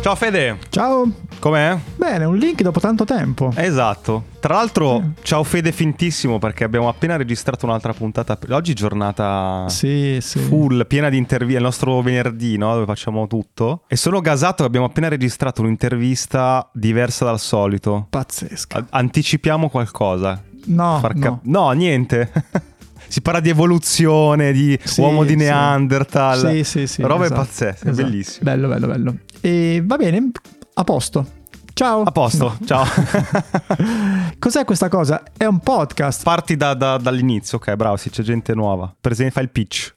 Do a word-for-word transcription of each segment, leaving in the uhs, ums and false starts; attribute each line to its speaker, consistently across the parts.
Speaker 1: Ciao Fede.
Speaker 2: Ciao.
Speaker 1: Com'è?
Speaker 2: Bene, un link dopo tanto tempo.
Speaker 1: Esatto. Tra l'altro,
Speaker 2: Eh.
Speaker 1: ciao Fede fintissimo, perché abbiamo appena registrato un'altra puntata. Oggi giornata
Speaker 2: Sì, sì.
Speaker 1: full, piena di interviste. Il nostro venerdì, no? Dove facciamo tutto. E sono gasato che abbiamo appena registrato un'intervista diversa dal solito.
Speaker 2: Pazzesca.
Speaker 1: A- anticipiamo qualcosa.
Speaker 2: No,
Speaker 1: Far cap-
Speaker 2: no.
Speaker 1: no, niente. Si parla di evoluzione, di
Speaker 2: Sì,
Speaker 1: uomo di
Speaker 2: sì.
Speaker 1: Neanderthal.
Speaker 2: Sì, sì, sì.
Speaker 1: Robe
Speaker 2: esatto,
Speaker 1: pazzesche,
Speaker 2: esatto.
Speaker 1: bellissimo.
Speaker 2: Bello, bello, bello. E va bene, a posto. Ciao.
Speaker 1: A posto,
Speaker 2: No.
Speaker 1: ciao.
Speaker 2: Cos'è questa cosa? È un podcast.
Speaker 1: Parti da, da- dall'inizio, ok, bravo, sì, c'è gente nuova. Per esempio, fai il pitch.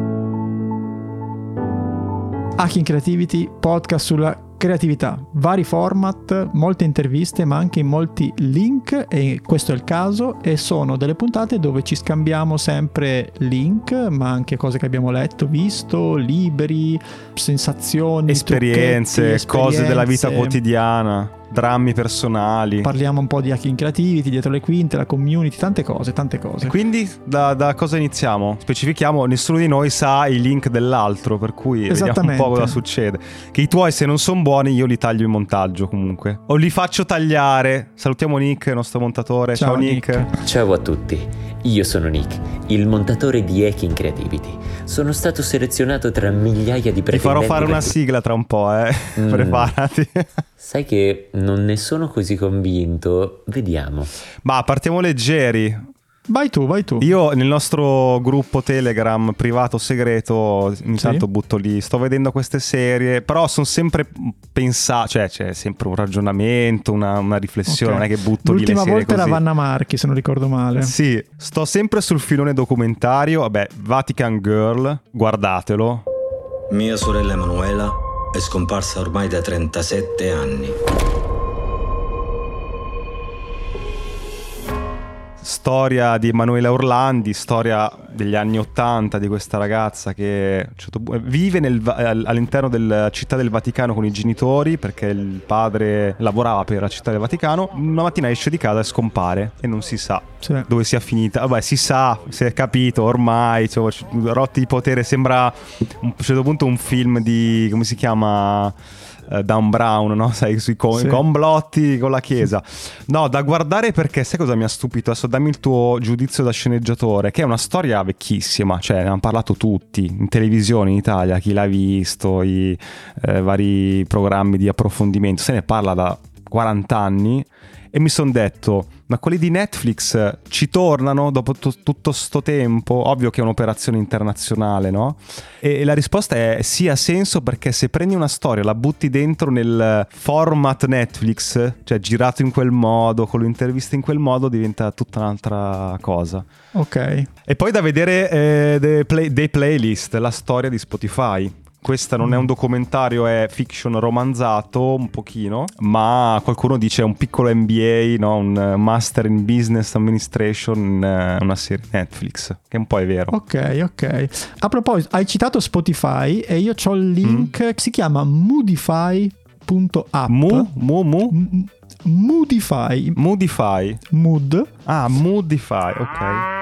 Speaker 2: Hacking Creativity, podcast sulla creatività, vari format, molte interviste ma anche molti link, e questo è il caso, e sono delle puntate dove ci scambiamo sempre link ma anche cose che abbiamo letto, visto, libri, sensazioni,
Speaker 1: Esperienze,
Speaker 2: trucchetti,
Speaker 1: cose della vita
Speaker 2: esperienze.
Speaker 1: quotidiana, drammi personali.
Speaker 2: Parliamo un po' di Hacking Creativity, dietro le quinte, la community, tante cose, tante cose.
Speaker 1: Quindi da, da cosa iniziamo? Specifichiamo, nessuno di noi sa i link dell'altro, per cui vediamo un
Speaker 2: Esattamente.
Speaker 1: po' cosa succede. Che i tuoi, se non sono buoni, io li taglio in montaggio comunque. O li faccio tagliare. Salutiamo Nick, il nostro montatore. Ciao,
Speaker 2: Ciao,
Speaker 1: Nick.
Speaker 2: Nick.
Speaker 3: Ciao a tutti, io sono Nick, il montatore di Hacking Creativity. Sono stato selezionato tra migliaia di
Speaker 1: Ti
Speaker 3: pretendenti.
Speaker 1: farò fare una
Speaker 3: per-
Speaker 1: sigla tra un po', eh.
Speaker 3: Mm.
Speaker 1: Preparati.
Speaker 3: Sai che non ne sono così convinto, vediamo.
Speaker 1: Ma partiamo leggeri.
Speaker 2: Vai tu, vai tu.
Speaker 1: Io nel nostro gruppo Telegram privato segreto ogni
Speaker 2: Sì.
Speaker 1: tanto butto lì, sto vedendo queste serie, però sono sempre pensato, cioè c'è sempre un ragionamento, una, una riflessione,
Speaker 2: Ok.
Speaker 1: non è che butto lì le
Speaker 2: L'ultima
Speaker 1: serie
Speaker 2: volta
Speaker 1: così.
Speaker 2: era Vanna Marchi, se non ricordo male.
Speaker 1: Sì, sto sempre sul filone documentario, vabbè, Vatican Girl, guardatelo.
Speaker 4: Mia sorella Emanuela è scomparsa ormai da trentasette anni.
Speaker 1: Storia di Emanuela Orlandi, storia degli anni ottanta di questa ragazza che a un certo punto vive nel, all'interno della città del Vaticano con i genitori, perché il padre lavorava per la città del Vaticano. Una mattina esce di casa e scompare e non si sa
Speaker 2: Sì.
Speaker 1: dove sia finita. Vabbè, si sa, si è capito ormai, cioè, rotti di potere. Sembra a un certo punto un film di, come si chiama, Uh, Dan Brown, no? Sai, sui co-
Speaker 2: Sì.
Speaker 1: complotti con la chiesa. No, da guardare, perché sai cosa mi ha stupito? Adesso dammi il tuo giudizio da sceneggiatore, che è una storia vecchissima, cioè ne hanno parlato tutti in televisione in Italia, chi l'ha visto, i eh, vari programmi di approfondimento, se ne parla da quaranta anni. E mi sono detto, ma quelli di Netflix ci tornano dopo t- tutto sto tempo? Ovvio che è un'operazione internazionale, no? E la risposta è sì, ha senso, perché se prendi una storia, la butti dentro nel format Netflix, cioè girato in quel modo, con le interviste in quel modo, diventa tutta un'altra cosa.
Speaker 2: Ok.
Speaker 1: E poi da vedere eh, dei, play- dei playlist, la storia di Spotify. Questa non è un documentario, è fiction romanzato un pochino, ma qualcuno dice è un piccolo M B A, no? Un Master in Business Administration, eh, una serie Netflix, che un po' è vero.
Speaker 2: Ok, ok. A proposito, hai citato Spotify e io c'ho il link che si chiama moodify punto app.
Speaker 1: Mu, mu, mu?
Speaker 2: M- Moodify.
Speaker 1: Moodify.
Speaker 2: Mood.
Speaker 1: Ah, Moodify, ok.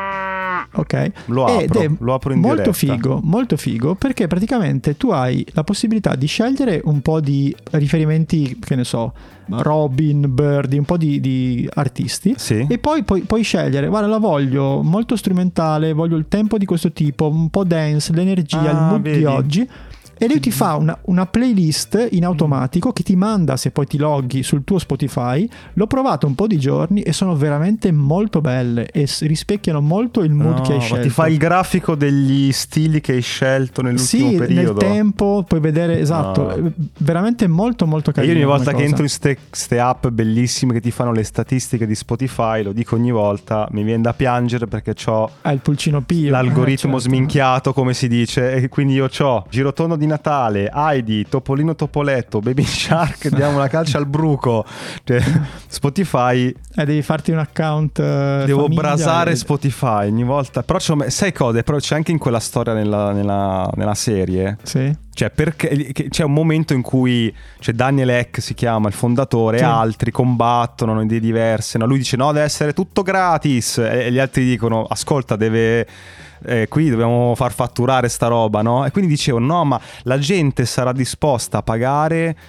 Speaker 2: Ok.
Speaker 1: Lo
Speaker 2: Ed
Speaker 1: apro,
Speaker 2: è
Speaker 1: lo apro in
Speaker 2: molto
Speaker 1: diretta.
Speaker 2: figo, molto figo, perché praticamente tu hai la possibilità di scegliere un po' di riferimenti, che ne so, Robin, Birdie, un po' di, di artisti.
Speaker 1: Sì.
Speaker 2: E poi puoi, puoi scegliere, guarda, la voglio molto strumentale, voglio il tempo di questo tipo, un po' dance, l'energia,
Speaker 1: Ah,
Speaker 2: il mood
Speaker 1: vedi.
Speaker 2: di oggi. E lui ti fa una, una playlist in automatico che ti manda, se poi ti loghi sul tuo Spotify. L'ho provato un po' di giorni e sono veramente molto belle e s- rispecchiano molto il mood
Speaker 1: No,
Speaker 2: che hai
Speaker 1: ma
Speaker 2: scelto.
Speaker 1: ti fa il grafico degli stili che hai scelto nell'ultimo
Speaker 2: Sì,
Speaker 1: periodo.
Speaker 2: nel tempo puoi vedere, esatto,
Speaker 1: No.
Speaker 2: eh, veramente molto molto
Speaker 1: E
Speaker 2: carino.
Speaker 1: io ogni volta
Speaker 2: come
Speaker 1: che
Speaker 2: cosa.
Speaker 1: entro in queste app bellissime che ti fanno le statistiche di Spotify, lo dico ogni volta, mi viene da piangere, perché ho
Speaker 2: Ah, il pulcino pio.
Speaker 1: l'algoritmo
Speaker 2: eh, certo.
Speaker 1: sminchiato, come si dice, e quindi io c'ho Girotondo di Natale, Heidi, Topolino Topoletto, Baby Shark, diamo la calcia al bruco. Cioè, Spotify,
Speaker 2: Eh, devi farti un account. eh,
Speaker 1: devo
Speaker 2: famiglia
Speaker 1: brasare
Speaker 2: e-
Speaker 1: Spotify ogni volta. Però c'ho- sai cose, però c'è anche in quella storia nella, nella, nella serie.
Speaker 2: Sì.
Speaker 1: Cioè, perché che- c'è un momento in cui c'è Daniel Ek, si chiama il fondatore,
Speaker 2: Sì.
Speaker 1: e altri combattono, hanno idee diverse. No? Lui dice no, deve essere tutto gratis, e gli altri dicono ascolta, deve eh, qui dobbiamo far fatturare sta roba, no? E quindi dicevo no, ma la gente sarà disposta a pagare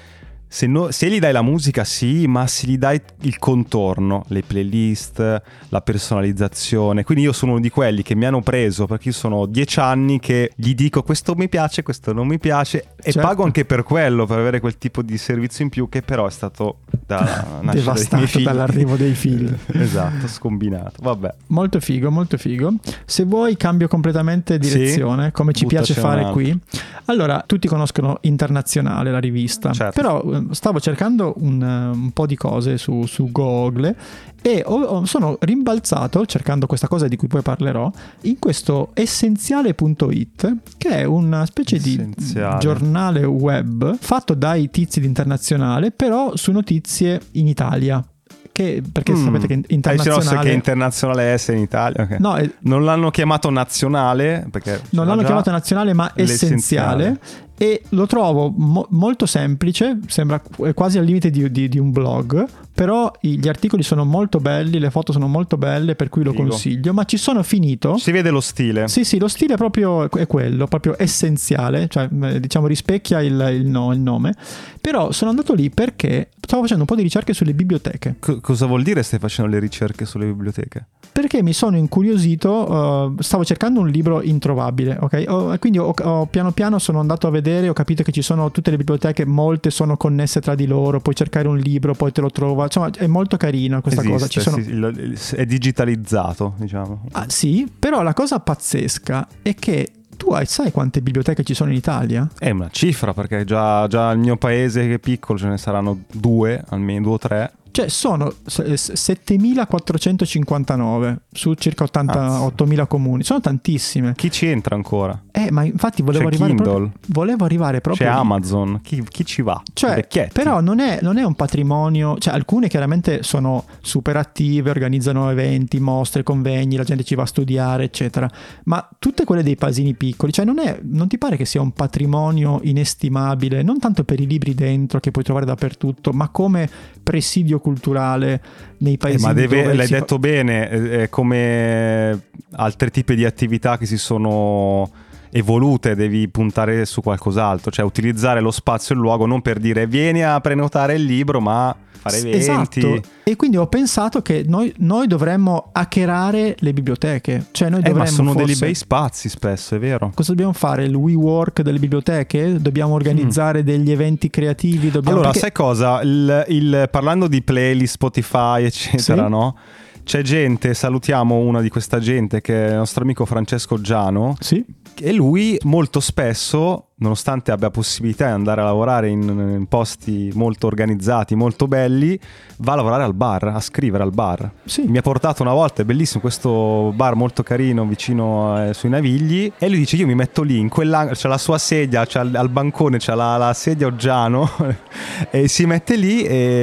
Speaker 1: Se, no, se gli dai la musica sì, ma se gli dai il contorno, le playlist, la personalizzazione. Quindi io sono uno di quelli che mi hanno preso, perché io sono dieci anni che gli dico questo mi piace, questo non mi piace, e
Speaker 2: certo.
Speaker 1: pago anche per quello, per avere quel tipo di servizio in più, che però è stato da
Speaker 2: devastato dall'arrivo dei figli.
Speaker 1: Esatto, scombinato. Vabbè.
Speaker 2: Molto figo, molto figo. Se vuoi cambio completamente direzione, sì, come ci piace fare qui. Allora, tutti conoscono Internazionale, la rivista,
Speaker 1: certo.
Speaker 2: Però stavo cercando un, un po' di cose su, su Google e ho, ho, sono rimbalzato, cercando questa cosa di cui poi parlerò, in questo essenziale punto it, che è una specie essenziale. Di giornale web fatto dai tizi di Internazionale, però su notizie in Italia. Che, perché mm. sapete che internazionale...
Speaker 1: Eh, che internazionale è in Italia? Okay.
Speaker 2: No, è...
Speaker 1: Non l'hanno chiamato nazionale, perché
Speaker 2: non l'hanno chiamato nazionale, ma essenziale. E lo trovo mo- molto semplice, sembra quasi al limite di, di, di un blog, però gli articoli sono molto belli, le foto sono molto belle, per cui lo Figo. Consiglio, ma ci sono finito.
Speaker 1: Si vede lo stile.
Speaker 2: Sì, sì, lo stile è proprio è quello, proprio essenziale, cioè diciamo rispecchia il, il, no, il nome, però sono andato lì perché stavo facendo un po' di ricerche sulle biblioteche.
Speaker 1: C- cosa vuol dire stai facendo le ricerche sulle biblioteche?
Speaker 2: Perché mi sono incuriosito, uh, stavo cercando un libro introvabile, ok? Oh, quindi ho, ho, piano piano sono andato a vedere, ho capito che ci sono tutte le biblioteche, molte sono connesse tra di loro, puoi cercare un libro, poi te lo trova, insomma è molto carina questa
Speaker 1: Esiste,
Speaker 2: cosa. Ci sono...
Speaker 1: sì, il, è digitalizzato, diciamo.
Speaker 2: Ah, sì, però la cosa pazzesca è che tu hai, sai quante biblioteche ci sono in Italia?
Speaker 1: È una cifra, perché già, già il mio paese che è piccolo ce ne saranno due, almeno due o tre.
Speaker 2: Cioè sono settemilaquattrocentocinquantanove su circa ottantottomila comuni. Sono tantissime.
Speaker 1: Chi ci entra ancora?
Speaker 2: Eh, ma infatti volevo
Speaker 1: C'è
Speaker 2: arrivare
Speaker 1: Kindle.
Speaker 2: proprio, volevo arrivare proprio
Speaker 1: C'è
Speaker 2: lì.
Speaker 1: Amazon. Chi, chi ci va?
Speaker 2: Cioè, però non è, non è un patrimonio. Cioè, alcune chiaramente sono super attive, organizzano eventi, mostre, convegni, la gente ci va a studiare, eccetera. Ma tutte quelle dei paesini piccoli, cioè non è, non ti pare che sia un patrimonio inestimabile, non tanto per i libri dentro che puoi trovare dappertutto, ma come presidio culturale nei paesi.
Speaker 1: Eh, ma deve, l'hai
Speaker 2: si
Speaker 1: detto fa... bene, è come altri tipi di attività che si sono evolute, devi puntare su qualcos'altro, cioè utilizzare lo spazio e il luogo non per dire vieni a prenotare il libro, ma fare eventi.
Speaker 2: Esatto. E quindi ho pensato che noi, noi dovremmo hackerare le biblioteche, cioè noi
Speaker 1: eh,
Speaker 2: dovremmo
Speaker 1: ma sono
Speaker 2: forse...
Speaker 1: dei bei spazi spesso, è vero.
Speaker 2: Cosa dobbiamo fare? Il WeWork delle biblioteche? Dobbiamo organizzare mm. degli eventi creativi? Dobbiamo...
Speaker 1: Allora,
Speaker 2: perché...
Speaker 1: sai cosa? Il, il, parlando di playlist, Spotify, eccetera, sì? No? C'è gente, salutiamo una di questa gente che è il nostro amico Francesco Giano.
Speaker 2: Sì.
Speaker 1: E lui molto spesso, nonostante abbia possibilità di andare a lavorare in, in posti molto organizzati, molto belli, va a lavorare al bar, a scrivere al bar.
Speaker 2: Sì.
Speaker 1: Mi ha portato una volta, è bellissimo questo bar molto carino vicino eh, sui Navigli, e lui dice io mi metto lì, in quell'angolo, c'è la sua sedia, c'è al, al bancone c'è la, la sedia Oggiano e si mette lì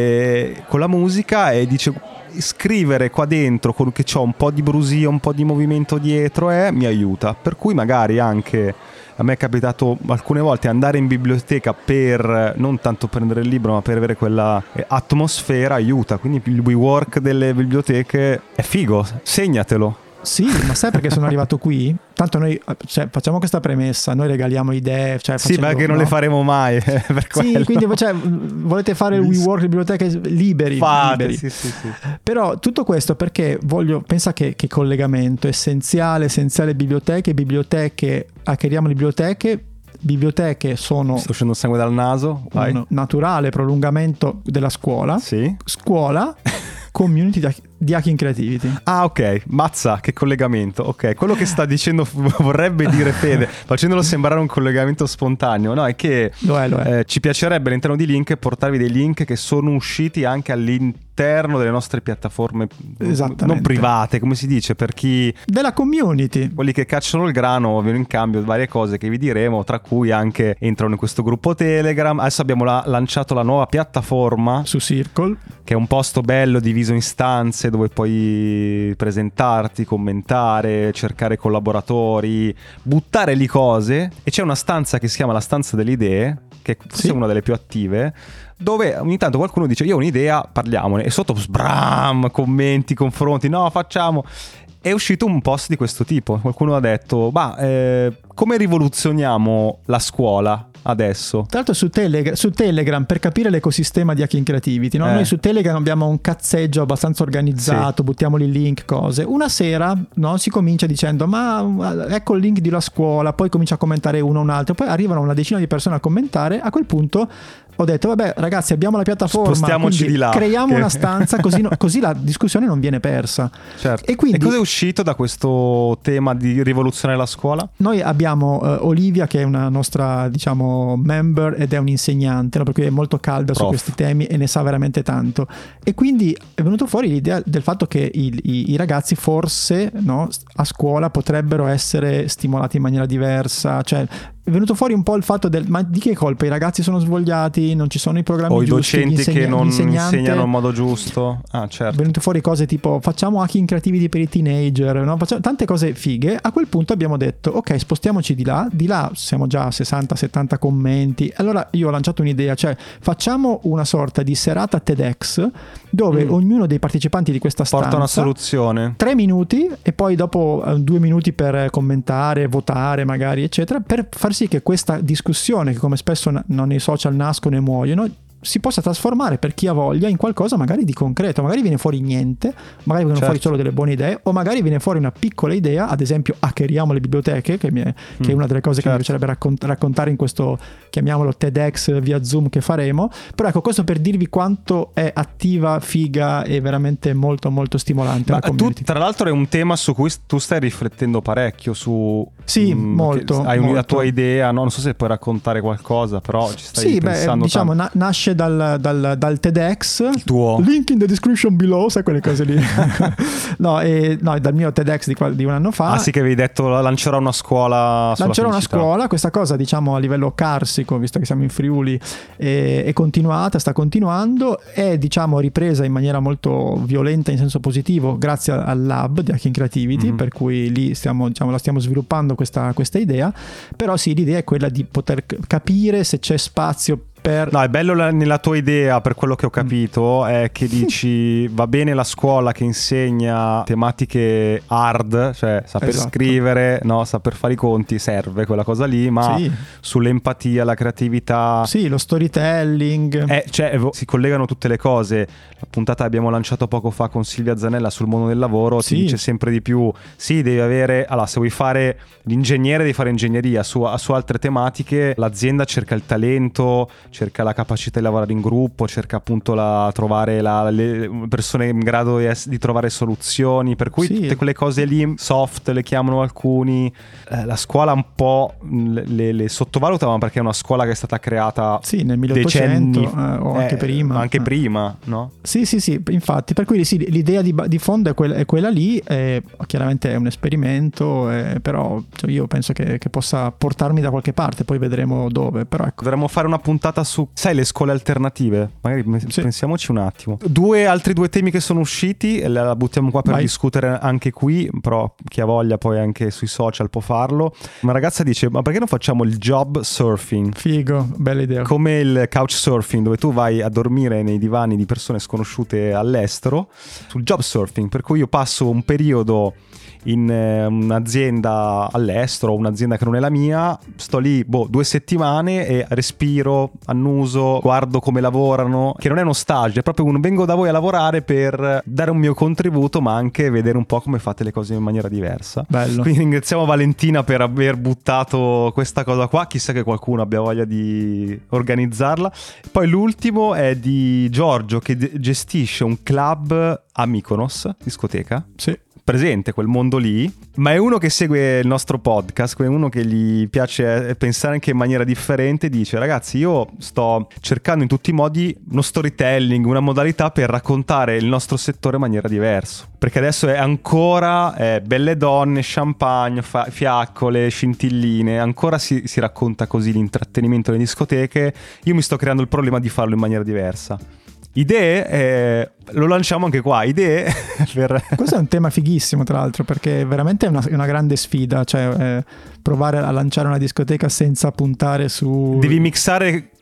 Speaker 1: e, con la musica e dice... Scrivere qua dentro con che c'ho un po' di brusio, un po' di movimento dietro eh, mi aiuta, per cui magari anche a me è capitato alcune volte andare in biblioteca per non tanto prendere il libro ma per avere quella atmosfera aiuta, quindi il WeWork delle biblioteche è figo, segnatelo.
Speaker 2: Sì, ma sai perché sono arrivato qui? Tanto noi, cioè, facciamo questa premessa, noi regaliamo idee. Cioè,
Speaker 1: sì,
Speaker 2: facendo,
Speaker 1: perché non
Speaker 2: no?
Speaker 1: le faremo mai. Per
Speaker 2: sì,
Speaker 1: quello.
Speaker 2: Quindi cioè, volete fare il WeWork, le biblioteche liberi.
Speaker 1: Fate,
Speaker 2: liberi.
Speaker 1: Sì, sì, sì.
Speaker 2: Però tutto questo perché voglio, pensa che, che collegamento essenziale, essenziale biblioteche, biblioteche, hackeriamo le biblioteche. Biblioteche sono...
Speaker 1: Sto uscendo sangue dal naso. Vai.
Speaker 2: Un naturale prolungamento della scuola.
Speaker 1: Sì.
Speaker 2: Scuola, community di Hacking Creativity.
Speaker 1: Ah, ok, mazza, che collegamento. Ok, quello che sta dicendo vorrebbe dire Fede, facendolo sembrare un collegamento spontaneo, no? È che
Speaker 2: lo è, lo è.
Speaker 1: Eh, ci piacerebbe all'interno di Link portarvi dei link che sono usciti anche all'interno delle nostre piattaforme non private, come si dice, per chi...
Speaker 2: della community.
Speaker 1: Quelli che cacciano il grano avevano in cambio varie cose che vi diremo, tra cui anche entrano in questo gruppo Telegram. Adesso abbiamo la- lanciato la nuova piattaforma
Speaker 2: su Circle,
Speaker 1: che è un posto bello diviso in stanze dove puoi presentarti, commentare, cercare collaboratori, buttare lì cose. E c'è una stanza che si chiama la stanza delle idee, che
Speaker 2: sì.
Speaker 1: è una delle più attive, dove ogni tanto qualcuno dice io ho un'idea, parliamone, e sotto sbram, commenti, confronti, no facciamo. È uscito un post di questo tipo, qualcuno ha detto ma eh, come rivoluzioniamo la scuola? adesso.
Speaker 2: Tra l'altro su, Telegram, su Telegram, per capire l'ecosistema di Hacking Creativity, no?
Speaker 1: Eh.
Speaker 2: Noi su Telegram abbiamo un cazzeggio abbastanza organizzato,
Speaker 1: Sì.
Speaker 2: buttiamo lì link, cose. Una sera, no, si comincia dicendo ma ecco il link della scuola, poi comincia a commentare uno o un altro, poi arrivano una decina di persone a commentare. A quel punto ho detto vabbè ragazzi, abbiamo la piattaforma,
Speaker 1: Spostiamoci di là,
Speaker 2: creiamo
Speaker 1: che...
Speaker 2: una stanza così, no, così la discussione non viene persa.
Speaker 1: Certo.
Speaker 2: E quindi
Speaker 1: e cosa è uscito da questo tema di rivoluzionare la scuola?
Speaker 2: noi abbiamo uh, Olivia, che è una nostra, diciamo, member ed è un insegnante, no? Per cui è molto calda
Speaker 1: Prof.
Speaker 2: su questi temi e ne sa veramente tanto, e quindi è venuto fuori l'idea del fatto che i, i, i ragazzi forse, no, a scuola potrebbero essere stimolati in maniera diversa, cioè è venuto fuori un po' il fatto del ma di che colpa i ragazzi sono svogliati, non ci sono i programmi
Speaker 1: O
Speaker 2: giusti,
Speaker 1: i docenti
Speaker 2: insegna-
Speaker 1: che non
Speaker 2: l'insegnante-
Speaker 1: insegnano in modo giusto. Ah,
Speaker 2: è
Speaker 1: certo.
Speaker 2: venute fuori cose tipo facciamo hacking creativity per i teenager, no? Facciamo tante cose fighe. A quel punto abbiamo detto ok, spostiamoci di là, di là siamo già a sessanta settanta commenti. Allora io ho lanciato un'idea, cioè facciamo una sorta di serata TEDx dove
Speaker 1: Mm.
Speaker 2: ognuno dei partecipanti di questa stanza
Speaker 1: Porta una soluzione.
Speaker 2: tre minuti e poi dopo eh, due minuti per commentare, votare magari eccetera, per far sì che questa discussione, che come spesso na- no, nei social nascono e muoiono, si possa trasformare, per chi ha voglia, in qualcosa magari di concreto. Magari viene fuori niente, magari vengono
Speaker 1: Certo.
Speaker 2: fuori solo delle buone idee, o magari viene fuori una piccola idea, ad esempio hackeriamo le biblioteche, che, mi è, che è una delle cose che mi
Speaker 1: certo.
Speaker 2: piacerebbe raccont- raccontare in questo, chiamiamolo TEDx via Zoom che faremo. Però ecco, questo per dirvi quanto è attiva, figa e veramente molto molto stimolante
Speaker 1: Ma
Speaker 2: la
Speaker 1: tu,
Speaker 2: community.
Speaker 1: tra l'altro, è un tema su cui tu stai riflettendo parecchio. Su
Speaker 2: Sì,
Speaker 1: mm,
Speaker 2: molto,
Speaker 1: che hai una
Speaker 2: molto.
Speaker 1: tua idea, no? Non so se puoi raccontare qualcosa, però ci stai
Speaker 2: Sì, beh,
Speaker 1: pensando
Speaker 2: diciamo
Speaker 1: tanto.
Speaker 2: na- nasce dal, dal, dal TEDx,
Speaker 1: Il tuo.
Speaker 2: link in the description below, sai quelle cose lì. no, e, no, dal mio TEDx di, qua- di un anno fa.
Speaker 1: Ah sì, che avevi detto lancerò una scuola sulla
Speaker 2: Lancerò una
Speaker 1: felicità.
Speaker 2: scuola, questa cosa diciamo a livello carsico, visto che siamo in Friuli, è, è continuata, sta continuando, è diciamo ripresa in maniera molto violenta in senso positivo grazie al lab di Hacking Creativity,
Speaker 1: Mm-hmm.
Speaker 2: per cui lì stiamo, diciamo, la stiamo sviluppando questa, questa idea. Però sì, l'idea è quella di poter c- capire se c'è spazio per...
Speaker 1: No, è bello la- nella tua idea, per quello che ho capito, è che dici va bene la scuola che insegna tematiche hard, cioè saper
Speaker 2: Esatto.
Speaker 1: scrivere, no, saper fare i conti, serve quella cosa lì, ma
Speaker 2: Sì.
Speaker 1: sull'empatia, la creatività...
Speaker 2: Sì, lo storytelling.
Speaker 1: Eh, cioè, si collegano tutte le cose. La puntata che abbiamo lanciato poco fa con Silvia Zanella sul mondo del lavoro
Speaker 2: Sì.
Speaker 1: ti dice sempre di più: sì, devi avere, allora, se vuoi fare l'ingegnere devi fare ingegneria, su, su altre tematiche l'azienda cerca il talento, cerca la capacità di lavorare in gruppo, cerca appunto la, trovare la, le persone in grado di, ess- di trovare soluzioni, per cui
Speaker 2: Sì.
Speaker 1: tutte quelle cose lì soft le chiamano alcuni. Eh, la scuola un po' le, le sottovaluta, ma perché è una scuola che è stata creata
Speaker 2: Sì, nel milleottocento,
Speaker 1: decenni,
Speaker 2: eh, o anche
Speaker 1: eh,
Speaker 2: prima.
Speaker 1: anche
Speaker 2: Eh.
Speaker 1: prima, no?
Speaker 2: Sì, sì, sì, infatti, per cui sì, l'idea di, di fondo è quella, è quella lì, eh, chiaramente è un esperimento, eh, però cioè, io penso che, che possa portarmi da qualche parte, poi vedremo dove, però ecco.
Speaker 1: Dovremmo fare una puntata su, sai, le scuole alternative, magari me-
Speaker 2: Sì.
Speaker 1: pensiamoci un attimo. Due altri due temi che sono usciti, e la la buttiamo qua per
Speaker 2: Vai.
Speaker 1: discutere anche qui, però chi ha voglia poi anche sui social può farlo. Una ragazza dice: ma perché non facciamo il job surfing?
Speaker 2: Figo, bella idea.
Speaker 1: Come il couchsurfing, dove tu vai a dormire nei divani di persone sconosciute all'estero, sul job surfing, per cui io passo un periodo in eh, un'azienda all'estero, un'azienda che non è la mia, sto lì boh, due settimane e respiro, annuso, guardo come lavorano, che non è uno stage, è proprio un vengo da voi a lavorare per dare un mio contributo, ma anche vedere un po' come fate le cose in maniera diversa.
Speaker 2: Bello.
Speaker 1: Quindi ringraziamo Valentina per aver buttato questa cosa qua, chissà che qualcuno abbia voglia di organizzarla. Poi l'ultimo è di Giorgio, che de- gestisce un club a Mykonos, discoteca,
Speaker 2: Sì.
Speaker 1: presente quel mondo lì, ma è uno che segue il nostro podcast, è uno che gli piace pensare anche in maniera differente. Dice: ragazzi, io sto cercando in tutti i modi uno storytelling, una modalità per raccontare il nostro settore in maniera diversa, perché adesso è ancora eh, belle donne, champagne, fa- fiaccole, scintilline, ancora si, si racconta così l'intrattenimento nelle discoteche. Io mi sto creando il problema di farlo in maniera diversa. Idee, eh, lo lanciamo anche qua, idee per...
Speaker 2: Questo è un tema fighissimo, tra l'altro, perché veramente è una, è una grande sfida, cioè eh, provare a lanciare una discoteca senza puntare su...
Speaker 1: Devi mixare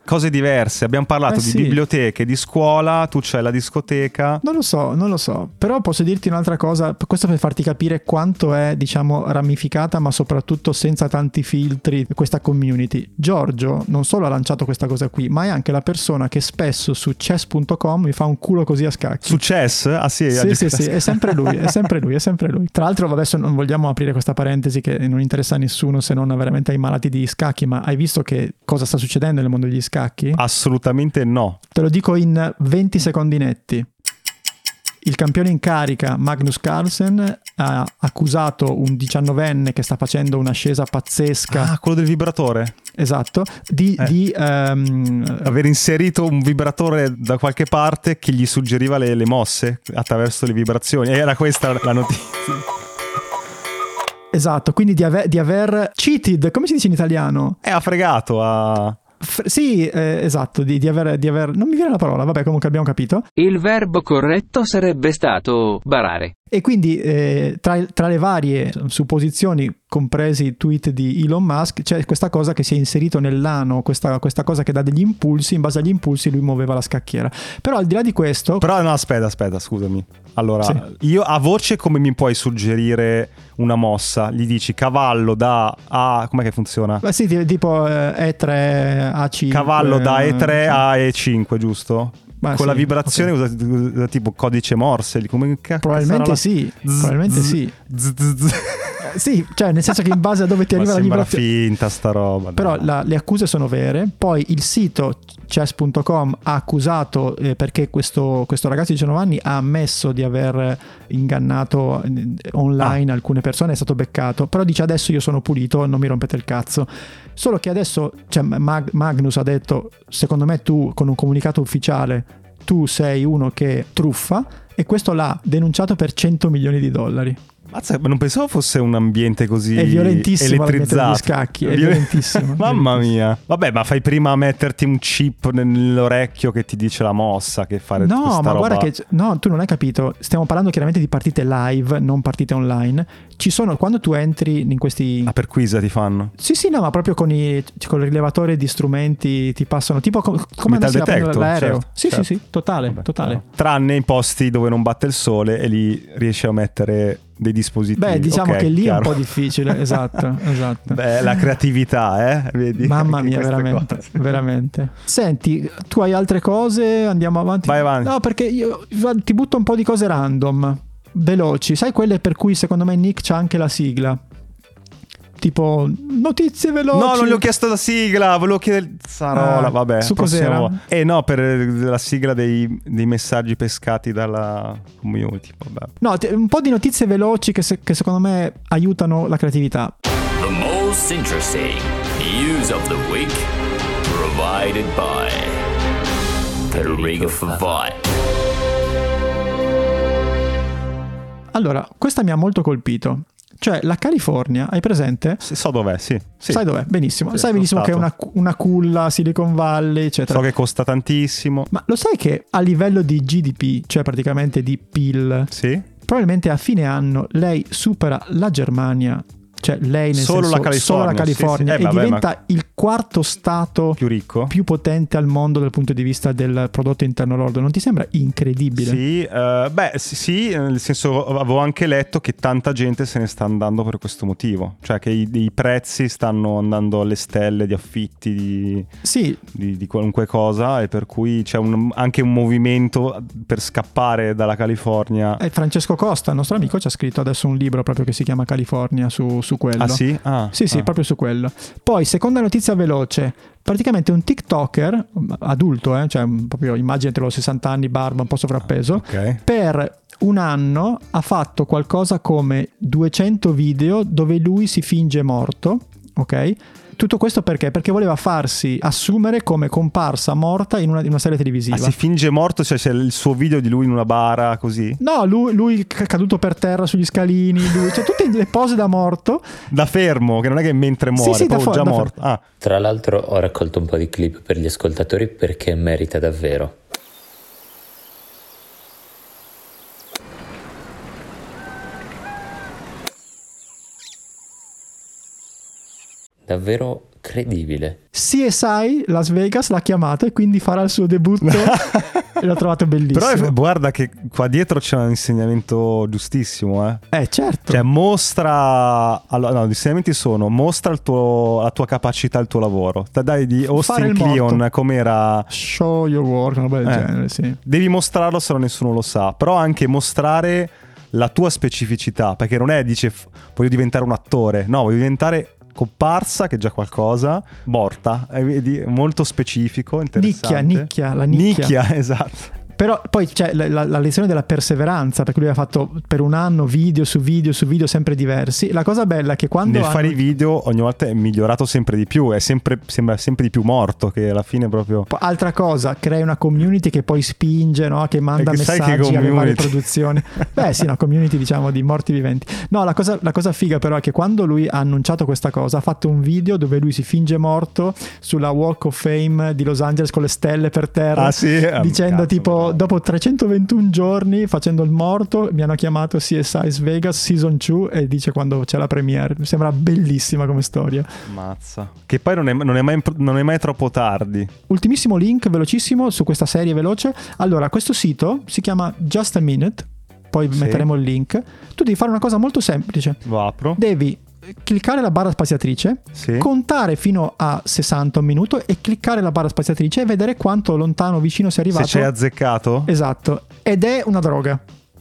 Speaker 1: cose diverse. Abbiamo parlato
Speaker 2: Eh,
Speaker 1: di
Speaker 2: sì.
Speaker 1: biblioteche, di scuola, tu c'hai la discoteca.
Speaker 2: Non lo so, non lo so, però posso dirti un'altra cosa, questo per farti capire quanto è, diciamo, ramificata, ma soprattutto senza tanti filtri questa community. Giorgio non solo ha lanciato questa cosa qui, ma è anche la persona che spesso su chess punto com mi fa un culo così a scacchi.
Speaker 1: Su chess? Ah sì,
Speaker 2: Sì, sì, sì, è sempre lui, è sempre lui, è sempre lui. Tra l'altro, adesso non vogliamo aprire questa parentesi che non interessa a nessuno se non veramente ai malati di scacchi, ma hai visto che cosa sta succedendo nel mondo degli scacchi?
Speaker 1: Assolutamente no.
Speaker 2: Te lo dico in venti secondi netti. Il campione in carica Magnus Carlsen ha accusato un diciannovenne che sta facendo un'ascesa pazzesca.
Speaker 1: Ah, quello del vibratore.
Speaker 2: Esatto, di,
Speaker 1: Eh.
Speaker 2: di ehm,
Speaker 1: Aver inserito un vibratore da qualche parte che gli suggeriva le, le mosse attraverso le vibrazioni. E era questa la notizia.
Speaker 2: esatto, quindi di, ave- di aver cheated, come si dice in italiano?
Speaker 1: E ha fregato a...
Speaker 2: F- sì, eh, esatto, di, di, aver, di aver... Non mi viene la parola, vabbè, comunque abbiamo capito.
Speaker 5: Il verbo corretto sarebbe stato barare.
Speaker 2: E quindi eh, tra, tra le varie supposizioni, compresi i tweet di Elon Musk, c'è questa cosa che si è inserito nell'ano, questa, questa cosa che dà degli impulsi, in base agli impulsi lui muoveva la scacchiera. Però al di là di questo...
Speaker 1: Però no, aspetta, aspetta, scusami. Allora,
Speaker 2: Sì.
Speaker 1: io a voce come mi puoi suggerire una mossa? Gli dici cavallo da A... Com'è che funziona?
Speaker 2: Ma sì, ti- tipo eh, E tre, A cinque...
Speaker 1: Cavallo da E tre
Speaker 2: sì.
Speaker 1: a E cinque, giusto?
Speaker 2: Ma
Speaker 1: Con
Speaker 2: sì,
Speaker 1: la vibrazione
Speaker 2: ok.
Speaker 1: usa, usa tipo codice Morse. Come cacchio
Speaker 2: Probabilmente
Speaker 1: sarà
Speaker 2: sì,
Speaker 1: la- Zzz,
Speaker 2: probabilmente
Speaker 1: zzz,
Speaker 2: sì.
Speaker 1: zzz, zzz.
Speaker 2: Eh, Sì, cioè nel senso che in base a dove ti
Speaker 1: Ma
Speaker 2: arriva la
Speaker 1: sembra
Speaker 2: vibrazione...
Speaker 1: finta sta roba.
Speaker 2: Però
Speaker 1: no.
Speaker 2: la- le accuse sono vere. Poi il sito chess punto com ha accusato eh, perché questo, questo ragazzo di diciannove anni ha ammesso di aver ingannato eh, online
Speaker 1: Ah.
Speaker 2: alcune persone, è stato beccato, però dice adesso io sono pulito, non mi rompete il cazzo. Solo che adesso cioè, Mag- Magnus ha detto secondo me tu con un comunicato ufficiale tu sei uno che truffa, e questo l'ha denunciato per cento milioni di dollari.
Speaker 1: Mazza, non pensavo fosse un ambiente così
Speaker 2: È violentissimo l'ambiente
Speaker 1: elettrizzato.
Speaker 2: degli scacchi, è
Speaker 1: Viol-
Speaker 2: violentissimo.
Speaker 1: Mamma
Speaker 2: violentissimo.
Speaker 1: mia. Vabbè, ma fai prima metterti un chip nell'orecchio che ti dice la mossa che fare
Speaker 2: No,
Speaker 1: questa
Speaker 2: ma
Speaker 1: roba.
Speaker 2: guarda che no, tu non hai capito. Stiamo parlando chiaramente di partite live, non partite online. Ci sono, quando tu entri in questi
Speaker 1: Ah, per quiz ti fanno.
Speaker 2: sì, sì, no, ma proprio con, i, con il rilevatore di strumenti ti passano tipo com- come
Speaker 1: Metal
Speaker 2: andassi a prendere
Speaker 1: detector,
Speaker 2: l'aereo.
Speaker 1: certo,
Speaker 2: sì,
Speaker 1: certo.
Speaker 2: sì, sì, totale,
Speaker 1: Vabbè,
Speaker 2: totale.
Speaker 1: no. Tranne in posti dove non batte il sole e lì riesci a mettere dei dispositivi.
Speaker 2: Beh, diciamo
Speaker 1: Ok,
Speaker 2: che lì
Speaker 1: chiaro.
Speaker 2: è un po' difficile, esatto, esatto.
Speaker 1: Beh, la creatività, eh? Vedi?
Speaker 2: Mamma
Speaker 1: Anche
Speaker 2: mia,
Speaker 1: queste
Speaker 2: veramente,
Speaker 1: cose.
Speaker 2: veramente. Senti, tu hai altre cose? Andiamo avanti.
Speaker 1: Vai avanti.
Speaker 2: No, perché io ti butto un po' di cose random, veloci. Sai quelle per cui secondo me Nick c'ha anche la sigla? Tipo notizie veloci.
Speaker 1: No, non gli ho chiesto la sigla, volevo chiedere Sarola,
Speaker 2: Ah,
Speaker 1: vabbè.
Speaker 2: su
Speaker 1: possiamo-
Speaker 2: cos'era?
Speaker 1: Eh no, per la sigla dei, dei messaggi pescati dalla community, vabbè.
Speaker 2: No, ti- un po' di notizie veloci che, se- che secondo me aiutano la creatività.
Speaker 6: The most interesting news of the week, provided by Federico Favai.
Speaker 2: Allora, questa mi ha molto colpito. Cioè, la California, hai presente?
Speaker 1: Sì, so dov'è, sì. Sì.
Speaker 2: Sai dov'è? Benissimo.
Speaker 1: Sì,
Speaker 2: sai
Speaker 1: sono
Speaker 2: benissimo che è
Speaker 1: stato.
Speaker 2: una, una culla, Silicon Valley, eccetera.
Speaker 1: So che costa tantissimo.
Speaker 2: Ma lo sai che a livello di G D P, cioè praticamente di P I L,
Speaker 1: Sì?
Speaker 2: probabilmente a fine anno lei supera la Germania, cioè lei nel
Speaker 1: Solo
Speaker 2: senso
Speaker 1: la California,
Speaker 2: solo la
Speaker 1: sì,
Speaker 2: California,
Speaker 1: sì. Eh,
Speaker 2: e
Speaker 1: vabbè,
Speaker 2: diventa
Speaker 1: ma-
Speaker 2: il quarto stato
Speaker 1: Più ricco?
Speaker 2: più potente al mondo dal punto di vista del prodotto interno lordo. Non ti sembra incredibile?
Speaker 1: Sì, eh, beh, sì, sì, nel senso avevo anche letto che tanta gente se ne sta andando per questo motivo, cioè che i, i prezzi stanno andando alle stelle di affitti di,
Speaker 2: Sì,
Speaker 1: di, di qualunque cosa, e per cui c'è un- anche un movimento per scappare dalla California.
Speaker 2: e Francesco Costa, il nostro amico, ci ha scritto adesso un libro proprio che si chiama California su, su quello.
Speaker 1: Ah sì? Ah,
Speaker 2: Sì, sì,
Speaker 1: ah.
Speaker 2: proprio su quello. Poi, seconda notizia veloce, praticamente un TikToker, adulto, eh, cioè proprio immaginatelo, sessanta anni, barba, un po' sovrappeso,
Speaker 1: Ok.
Speaker 2: per un anno ha fatto qualcosa come duecento video dove lui si finge morto, ok? Tutto questo perché? Perché voleva farsi assumere come comparsa morta in una, in una serie televisiva.
Speaker 1: Ah, si finge morto, cioè c'è il suo video di lui in una bara così?
Speaker 2: No, lui, lui c- caduto per terra sugli scalini, lui, cioè tutte le pose da morto.
Speaker 1: Da fermo, che non è che mentre muore,
Speaker 2: sì, da
Speaker 1: proprio
Speaker 2: fu-
Speaker 1: già
Speaker 2: da fer-
Speaker 1: morto. Ah.
Speaker 3: Tra l'altro ho raccolto un po' di clip per gli ascoltatori perché merita davvero. davvero credibile.
Speaker 2: C S I Las Vegas l'ha chiamato e quindi farà il suo debutto e l'ho trovato bellissimo.
Speaker 1: Però guarda che qua dietro c'è un insegnamento giustissimo, eh.
Speaker 2: Eh certo.
Speaker 1: Cioè mostra, allora, no, gli insegnamenti sono: mostra il tuo, la tua capacità, il tuo lavoro. Dai, di Austin Kleon, com'era?
Speaker 2: Show your work, una bella del
Speaker 1: eh,
Speaker 2: genere, sì.
Speaker 1: Devi mostrarlo, se no nessuno lo sa. Però anche mostrare la tua specificità, perché non è, dice, voglio diventare un attore, no, voglio diventare comparsa, che è già qualcosa, morta, è molto specifico, interessante.
Speaker 2: Nicchia, nicchia, la nicchia.
Speaker 1: Nicchia, esatto.
Speaker 2: Però poi c'è la, la, la lezione della perseveranza, perché lui ha fatto per un anno video su video su video sempre diversi. La cosa bella è che quando
Speaker 1: nel
Speaker 2: hanno...
Speaker 1: fare i video ogni volta è migliorato sempre di più, è sempre, sembra sempre di più morto, che alla fine proprio...
Speaker 2: Altra cosa, crei una community che poi spinge, no? Che manda
Speaker 1: che
Speaker 2: messaggi
Speaker 1: che
Speaker 2: alle varie produzioni. Beh sì, una community diciamo di morti viventi. No, la cosa, la cosa figa però è che quando lui ha annunciato questa cosa ha fatto un video dove lui si finge morto sulla Walk of Fame di Los Angeles con le stelle per terra,
Speaker 1: ah, sì?
Speaker 2: dicendo
Speaker 1: Cazzo,
Speaker 2: tipo no. Dopo trecentoventuno giorni facendo il morto mi hanno chiamato C S I Vegas Season due e dice quando c'è la premiere. Mi sembra bellissima come storia.
Speaker 1: Mazza. Che poi non è, non è, mai, non è mai troppo tardi.
Speaker 2: Ultimissimo link velocissimo su questa serie veloce. Allora, questo sito si chiama Just a Minute, poi sì. metteremo il link. Tu devi fare una cosa molto semplice.
Speaker 1: Lo apro.
Speaker 2: Devi cliccare la barra spaziatrice, sì. contare fino a sessanta un minuto e cliccare la barra spaziatrice e vedere quanto lontano o vicino sei arrivato.
Speaker 1: Se c'è azzeccato?
Speaker 2: Esatto. Ed è una droga.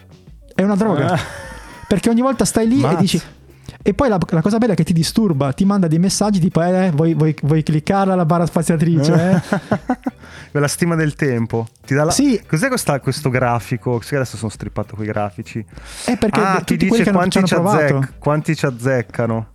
Speaker 2: È una droga. Ah. Perché ogni volta stai lì Mazza. e dici... E poi la, la cosa bella è che ti disturba, ti manda dei messaggi tipo eh, vuoi, vuoi, vuoi cliccare alla barra spaziatrice? Eh?
Speaker 1: La stima del tempo. Ti dà la...
Speaker 2: Sì.
Speaker 1: Cos'è questa, questo grafico? Che adesso sono strippato quei grafici.
Speaker 2: È perché
Speaker 1: ah,
Speaker 2: tutti
Speaker 1: ti
Speaker 2: quelli
Speaker 1: dice
Speaker 2: che
Speaker 1: quanti,
Speaker 2: hanno,
Speaker 1: ci
Speaker 2: ci hanno provato.
Speaker 1: Azzec- quanti ci azzeccano.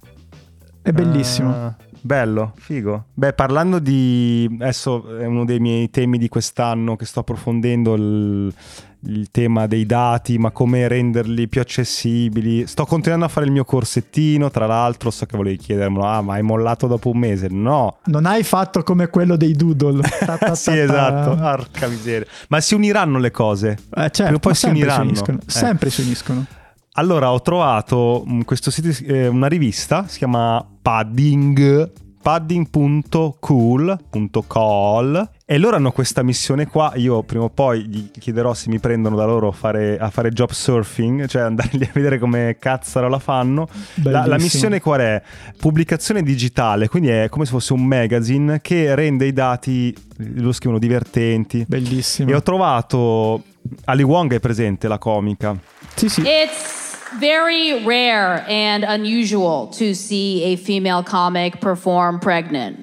Speaker 2: È bellissimo.
Speaker 1: Uh, bello, figo. Beh, parlando di... Adesso è uno dei miei temi di quest'anno che sto approfondendo, il, il tema dei dati, ma come renderli più accessibili. Sto continuando a fare il mio corsettino, tra l'altro. So che volevi chiedermelo, ah, ma hai mollato dopo un mese? No.
Speaker 2: Non hai fatto come quello dei doodle. ta, ta,
Speaker 1: sì, ta, esatto. Porca miseria. Ma si uniranno le cose.
Speaker 2: Eh, certo,
Speaker 1: poi si uniranno.
Speaker 2: Si uniscono.
Speaker 1: Eh.
Speaker 2: Sempre si uniscono.
Speaker 1: Allora, ho trovato questo sito, eh, una rivista, si chiama Padding, padding punto cool punto col, e loro hanno questa missione qua. Io prima o poi gli chiederò se mi prendono da loro a fare, a fare job surfing, cioè andarli a vedere come cazzaro la fanno. La, la missione qual è? Pubblicazione digitale, quindi è come se fosse un magazine che rende i dati, lo scrivono, divertenti.
Speaker 2: Bellissimo.
Speaker 1: E ho trovato Ali Wong, è presente, la comica.
Speaker 2: Sì, sì.
Speaker 7: It's very rare and unusual to see a female comic perform pregnant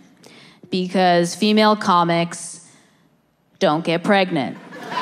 Speaker 7: because female comics don't get pregnant.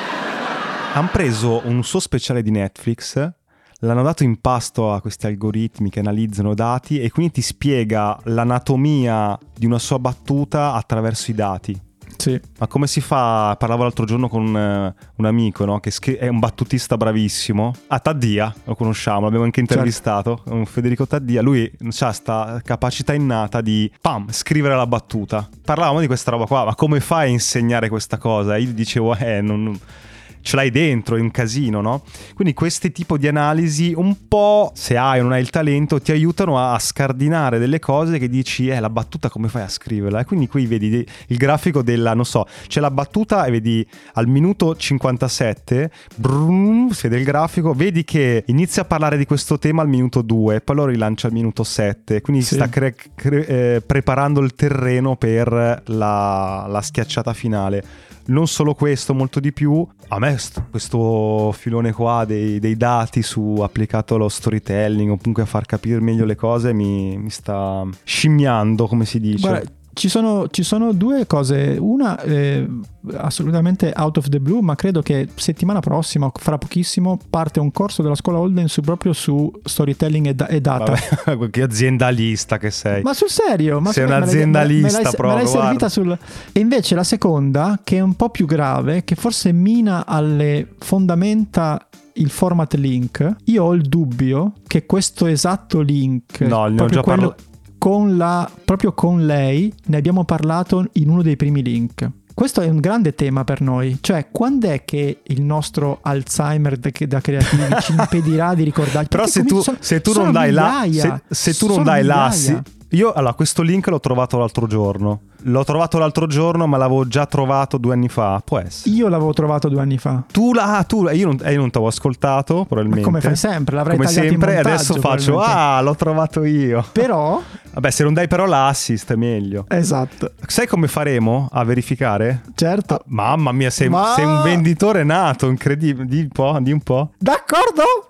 Speaker 1: Hanno preso un suo speciale di Netflix, l'hanno dato in pasto a questi algoritmi che analizzano dati e quindi ti spiega l'anatomia di una sua battuta attraverso i dati.
Speaker 2: Sì.
Speaker 1: Ma come si fa? Parlavo l'altro giorno con un, un amico, no? Che scri- è un battutista bravissimo. Ah, Taddia, lo conosciamo, l'abbiamo anche intervistato, certo. Un Federico Taddia. Lui ha sta capacità innata di pam, scrivere la battuta. Parlavamo di questa roba qua, ma come fai a insegnare questa cosa? Io gli dicevo, eh, non... ce l'hai dentro, è un casino, no? Quindi questi tipo di analisi un po', se hai o non hai il talento, ti aiutano a scardinare delle cose che dici, eh, la battuta come fai a scriverla? E quindi qui vedi il grafico della, non so, c'è la battuta e vedi al minuto cinquantasette, brum, si vede il grafico, vedi che inizia a parlare di questo tema al minuto due, poi lo rilancia al minuto sette, quindi sì. sta cre- cre- eh, preparando il terreno per la, la schiacciata finale. Non solo questo, molto di più. A me st- questo filone qua dei, dei dati su applicato allo storytelling o comunque a far capire meglio le cose mi, mi sta scimmiando, come si dice.
Speaker 2: Guarda, ci sono, ci sono due cose. Una eh, assolutamente out of the blue, ma credo che settimana prossima, fra pochissimo, parte un corso della scuola Holden su, proprio su storytelling e, da- e data.
Speaker 1: Vabbè, che aziendalista che sei.
Speaker 2: Ma sul serio? Ma
Speaker 1: sei un aziendalista me l'hai, proprio.
Speaker 2: Me l'hai servita sul... E invece la seconda, che è un po' più grave, che forse mina alle fondamenta il format link. Io ho il dubbio che questo esatto link,
Speaker 1: no, ne ho già
Speaker 2: quello...
Speaker 1: parlato.
Speaker 2: Con la, proprio con lei ne abbiamo parlato in uno dei primi link. Questo è un grande tema per noi, cioè quando è che il nostro Alzheimer da, da creativi ci impedirà di ricordarci?
Speaker 1: Però se tu,
Speaker 2: sono,
Speaker 1: se tu non dai la, se, se tu non dai l'assistenza, Io, allora, questo link l'ho trovato l'altro giorno. L'ho trovato l'altro giorno, ma l'avevo già trovato due anni fa. Può essere.
Speaker 2: Io l'avevo trovato due anni fa.
Speaker 1: Tu la, tu, io non, eh, non ti avevo ascoltato, probabilmente.
Speaker 2: Ma come fai sempre? L'avrei
Speaker 1: come
Speaker 2: tagliato
Speaker 1: sempre,
Speaker 2: in montaggio,
Speaker 1: adesso faccio, ah, l'ho trovato io.
Speaker 2: Però...
Speaker 1: Vabbè, se non dai però l'assist è meglio.
Speaker 2: Esatto.
Speaker 1: Sai come faremo a verificare?
Speaker 2: Certo.
Speaker 1: Ah, mamma mia, sei,
Speaker 2: Ma...
Speaker 1: sei un venditore nato, incredibile. Di un po', di un po'.
Speaker 2: D'accordo?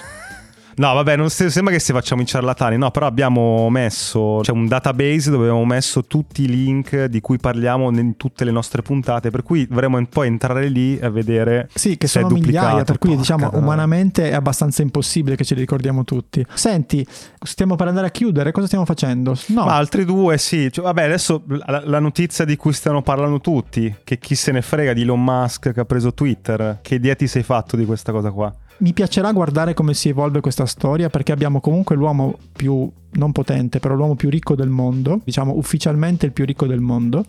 Speaker 1: No, vabbè, non se, sembra che se facciamo i ciarlatani. No, però abbiamo messo, c'è un database dove abbiamo messo tutti i link di cui parliamo in tutte le nostre puntate, per cui dovremo poi entrare lì a vedere.
Speaker 2: Sì, che
Speaker 1: se
Speaker 2: sono
Speaker 1: è duplicato.
Speaker 2: migliaia, per cui
Speaker 1: Porca
Speaker 2: diciamo
Speaker 1: dai.
Speaker 2: umanamente è abbastanza impossibile che ce li ricordiamo tutti. Senti, stiamo per andare a chiudere, cosa stiamo facendo? No.
Speaker 1: Ma altri due, sì. Cioè, vabbè, adesso la, la notizia di cui stiamo parlando tutti, che chi se ne frega di Elon Musk che ha preso Twitter, che idea ti sei fatto di questa cosa qua?
Speaker 2: Mi piacerà guardare come si evolve questa storia, perché abbiamo comunque l'uomo più, non potente, però l'uomo più ricco del mondo, diciamo ufficialmente il più ricco del mondo,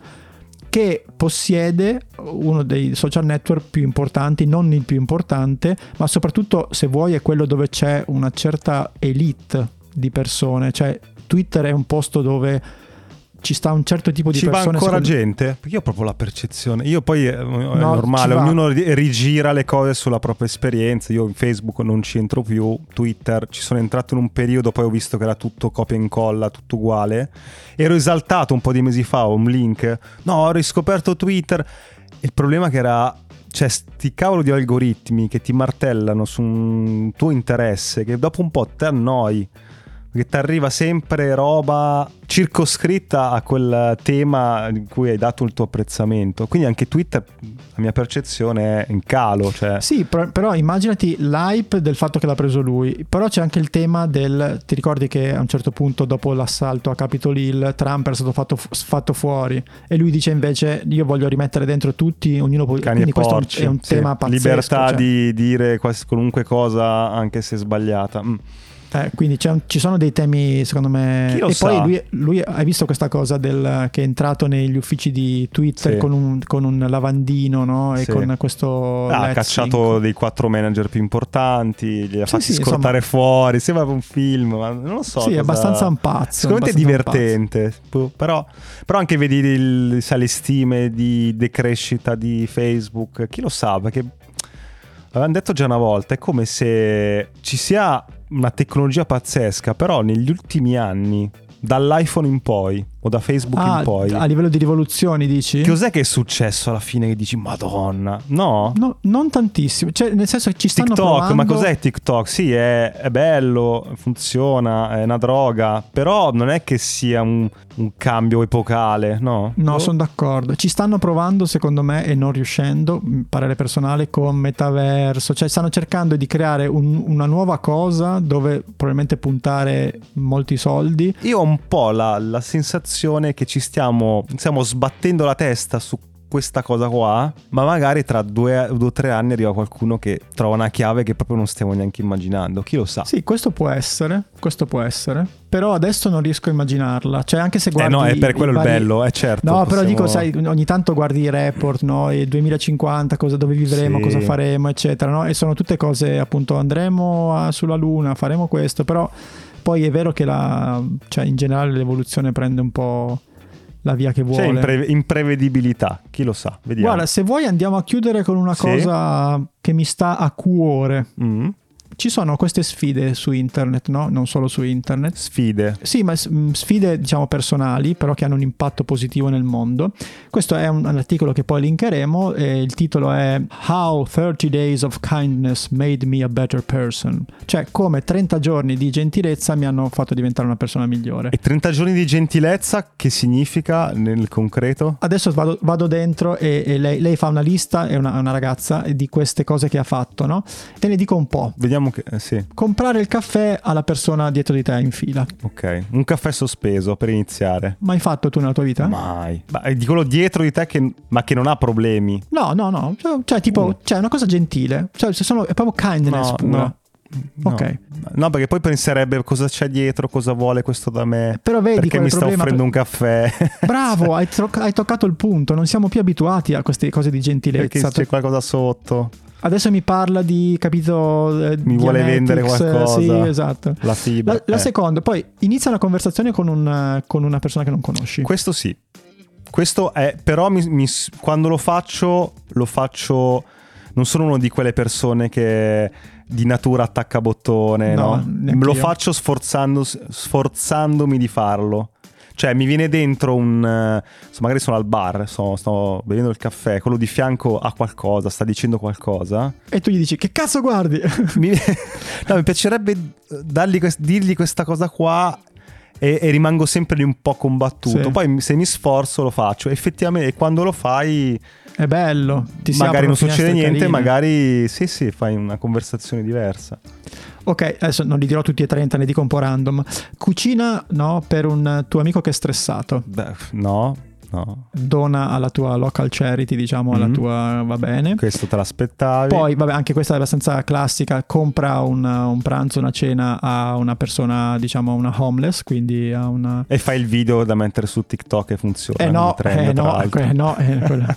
Speaker 2: che possiede uno dei social network più importanti, non il più importante, ma soprattutto, se vuoi, è quello dove c'è una certa elite di persone. Cioè Twitter è un posto dove ci sta un certo tipo di
Speaker 1: ci
Speaker 2: persone.
Speaker 1: va ancora
Speaker 2: secondo...
Speaker 1: gente? Perché io ho proprio la percezione. Io poi è, è
Speaker 2: No,
Speaker 1: normale,
Speaker 2: ci va.
Speaker 1: ognuno ri- rigira le cose sulla propria esperienza. Io in Facebook non ci entro più, Twitter ci sono entrato in un periodo, poi ho visto che era tutto copia e incolla, tutto uguale. Ero esaltato un po' di mesi fa, un link. No, ho riscoperto Twitter. Il problema è che era... C'è sti cavolo di algoritmi che ti martellano su un tuo interesse, che dopo un po' ti annoi, perché ti arriva sempre roba circoscritta a quel tema in cui hai dato il tuo apprezzamento. Quindi anche Twitter, la mia percezione, è in calo, cioè.
Speaker 2: Sì, però, però immaginati l'hype del fatto che l'ha preso lui. Però c'è anche il tema del... Ti ricordi che a un certo punto, dopo l'assalto a Capitol Hill, Trump era stato fatto, fatto fuori, e lui dice invece io voglio rimettere dentro tutti, ognuno può...
Speaker 1: Cani
Speaker 2: Quindi
Speaker 1: e
Speaker 2: questo
Speaker 1: porci,
Speaker 2: è un
Speaker 1: sì.
Speaker 2: tema pazzesco.
Speaker 1: Libertà
Speaker 2: cioè.
Speaker 1: di dire quals- qualunque cosa, anche se sbagliata. Mm.
Speaker 2: Eh, quindi c'è un- ci sono dei temi, secondo me.
Speaker 1: Chi lo
Speaker 2: e
Speaker 1: sa?
Speaker 2: poi lui, lui hai visto questa cosa del che è entrato negli uffici di Twitter
Speaker 1: Sì.
Speaker 2: con, un, con un lavandino, no? E
Speaker 1: Sì.
Speaker 2: con questo
Speaker 1: Ah, ha
Speaker 2: Let's
Speaker 1: cacciato
Speaker 2: Sync.
Speaker 1: dei quattro manager più importanti, li ha
Speaker 2: Sì,
Speaker 1: fatti
Speaker 2: sì,
Speaker 1: scortare
Speaker 2: insomma.
Speaker 1: fuori. Sembra un film, ma non lo so.
Speaker 2: Sì, è
Speaker 1: cosa-
Speaker 2: abbastanza un pazzo.
Speaker 1: Sicuramente è
Speaker 2: abbastanza un
Speaker 1: divertente. Boh, Però, però anche vedi il, sai, le stime di decrescita di Facebook. Chi lo sa? Perché avevamo detto già una volta, è come se ci sia una tecnologia pazzesca, però negli ultimi anni, dall'iPhone in poi o da Facebook
Speaker 2: Ah,
Speaker 1: in poi,
Speaker 2: a livello di rivoluzioni dici?
Speaker 1: che cos'è che è successo alla fine che dici Madonna? No?
Speaker 2: No, non tantissimo, cioè nel senso che ci stanno
Speaker 1: TikTok,
Speaker 2: provando...
Speaker 1: ma cos'è TikTok? Sì, è, è bello, funziona, è una droga, però non è che sia un, un cambio epocale, no?
Speaker 2: No,
Speaker 1: Boh.
Speaker 2: sono d'accordo. Ci stanno provando, secondo me, e non riuscendo, parere personale, con metaverso. Cioè stanno cercando di creare un- una nuova cosa dove probabilmente puntare molti soldi.
Speaker 1: Io ho un po' la, la sensazione che ci stiamo, stiamo sbattendo la testa su questa cosa qua, ma magari tra due o tre anni arriva qualcuno che trova una chiave che proprio non stiamo neanche immaginando. Chi lo sa?
Speaker 2: Sì, questo può essere, questo può essere. Però adesso non riesco a immaginarla. Cioè anche se
Speaker 1: Eh
Speaker 2: guardi...
Speaker 1: no, è per
Speaker 2: i
Speaker 1: quello il
Speaker 2: vari-
Speaker 1: bello, è certo.
Speaker 2: No, però
Speaker 1: possiamo-
Speaker 2: dico, sai, ogni tanto guardi i report, no? Il duemilacinquanta, cosa, dove vivremo,
Speaker 1: Sì.
Speaker 2: cosa faremo, eccetera, no? E sono tutte cose, appunto, andremo a- sulla Luna, faremo questo, però poi è vero che la, cioè, in generale l'evoluzione prende un po' la via che vuole.
Speaker 1: C'è impre- imprevedibilità, chi lo sa, vediamo.
Speaker 2: Guarda, se vuoi andiamo a chiudere con una
Speaker 1: Sì.
Speaker 2: cosa che mi sta a cuore.
Speaker 1: Mm.
Speaker 2: Ci sono queste sfide su internet, no? Non solo su internet.
Speaker 1: Sfide.
Speaker 2: Sì, ma s- mh, sfide diciamo personali, però che hanno un impatto positivo nel mondo. Questo è un, un articolo che poi linkeremo, e il titolo è How thirty days of kindness made me a better person. Cioè come trenta giorni di gentilezza mi hanno fatto diventare una persona migliore.
Speaker 1: E trenta giorni di gentilezza che significa nel concreto?
Speaker 2: Adesso vado, vado dentro e, e lei, lei fa una lista, è una, una ragazza, di queste cose che ha fatto, no? Te ne dico un po'.
Speaker 1: Vediamo che... eh, sì,
Speaker 2: Comprare il caffè alla persona dietro di te in fila.
Speaker 1: ok. Un caffè sospeso per iniziare.
Speaker 2: Mai fatto tu nella tua vita?
Speaker 1: Mai. Ma è di quello dietro di te che... ma che non ha problemi.
Speaker 2: No, no, no. Cioè, cioè, tipo,
Speaker 1: Mm.
Speaker 2: cioè, una cosa gentile. Cioè, se sono, è proprio kindness
Speaker 1: No,
Speaker 2: pura.
Speaker 1: no. No.
Speaker 2: Ok.
Speaker 1: No, perché poi penserebbe cosa c'è dietro, cosa vuole questo da me.
Speaker 2: Però vedi
Speaker 1: perché
Speaker 2: qual è
Speaker 1: mi
Speaker 2: il
Speaker 1: sta
Speaker 2: problema?
Speaker 1: offrendo un caffè.
Speaker 2: Bravo, hai, tro- hai toccato il punto. Non siamo più abituati a queste cose di
Speaker 1: Perché
Speaker 2: gentilezza.
Speaker 1: c'è qualcosa sotto.
Speaker 2: adesso mi parla di, capito, eh,
Speaker 1: mi vuole vendere qualcosa.
Speaker 2: Sì, esatto.
Speaker 1: La fibra.
Speaker 2: La, la
Speaker 1: eh.
Speaker 2: seconda, poi inizia una conversazione con, un, con una persona che non conosci.
Speaker 1: Questo sì. Questo è, però mi, mi, quando lo faccio, lo faccio, non sono uno di quelle persone che di natura attacca bottone, no? no? Lo faccio sforzando, sforzandomi di farlo. Cioè mi viene dentro un, magari sono al bar, sto, sto bevendo il caffè, quello di fianco ha qualcosa, sta dicendo qualcosa.
Speaker 2: E tu gli dici, che cazzo guardi?
Speaker 1: mi, no, mi piacerebbe dargli, dirgli questa cosa qua. E, e rimango sempre lì un po' combattuto. Sì. Poi se mi sforzo lo faccio. Effettivamente quando lo fai
Speaker 2: è bello. Ti
Speaker 1: magari non succede niente,
Speaker 2: carine.
Speaker 1: Magari sì sì fai una conversazione diversa.
Speaker 2: Ok, adesso non li dirò tutti e trenta, ne dico un po' random. Cucina, no, per un tuo amico che è stressato.
Speaker 1: Beh, no, no.
Speaker 2: Dona alla tua local charity, diciamo, alla mm-hmm. tua, va bene.
Speaker 1: Questo te l'aspettavi.
Speaker 2: Poi, vabbè, anche questa è abbastanza classica. Compra un, un pranzo, una cena a una persona, diciamo, una homeless, quindi a una...
Speaker 1: E fai il video da mettere su TikTok e funziona.
Speaker 2: Eh no,
Speaker 1: trend,
Speaker 2: eh no, eh no, eh, quella...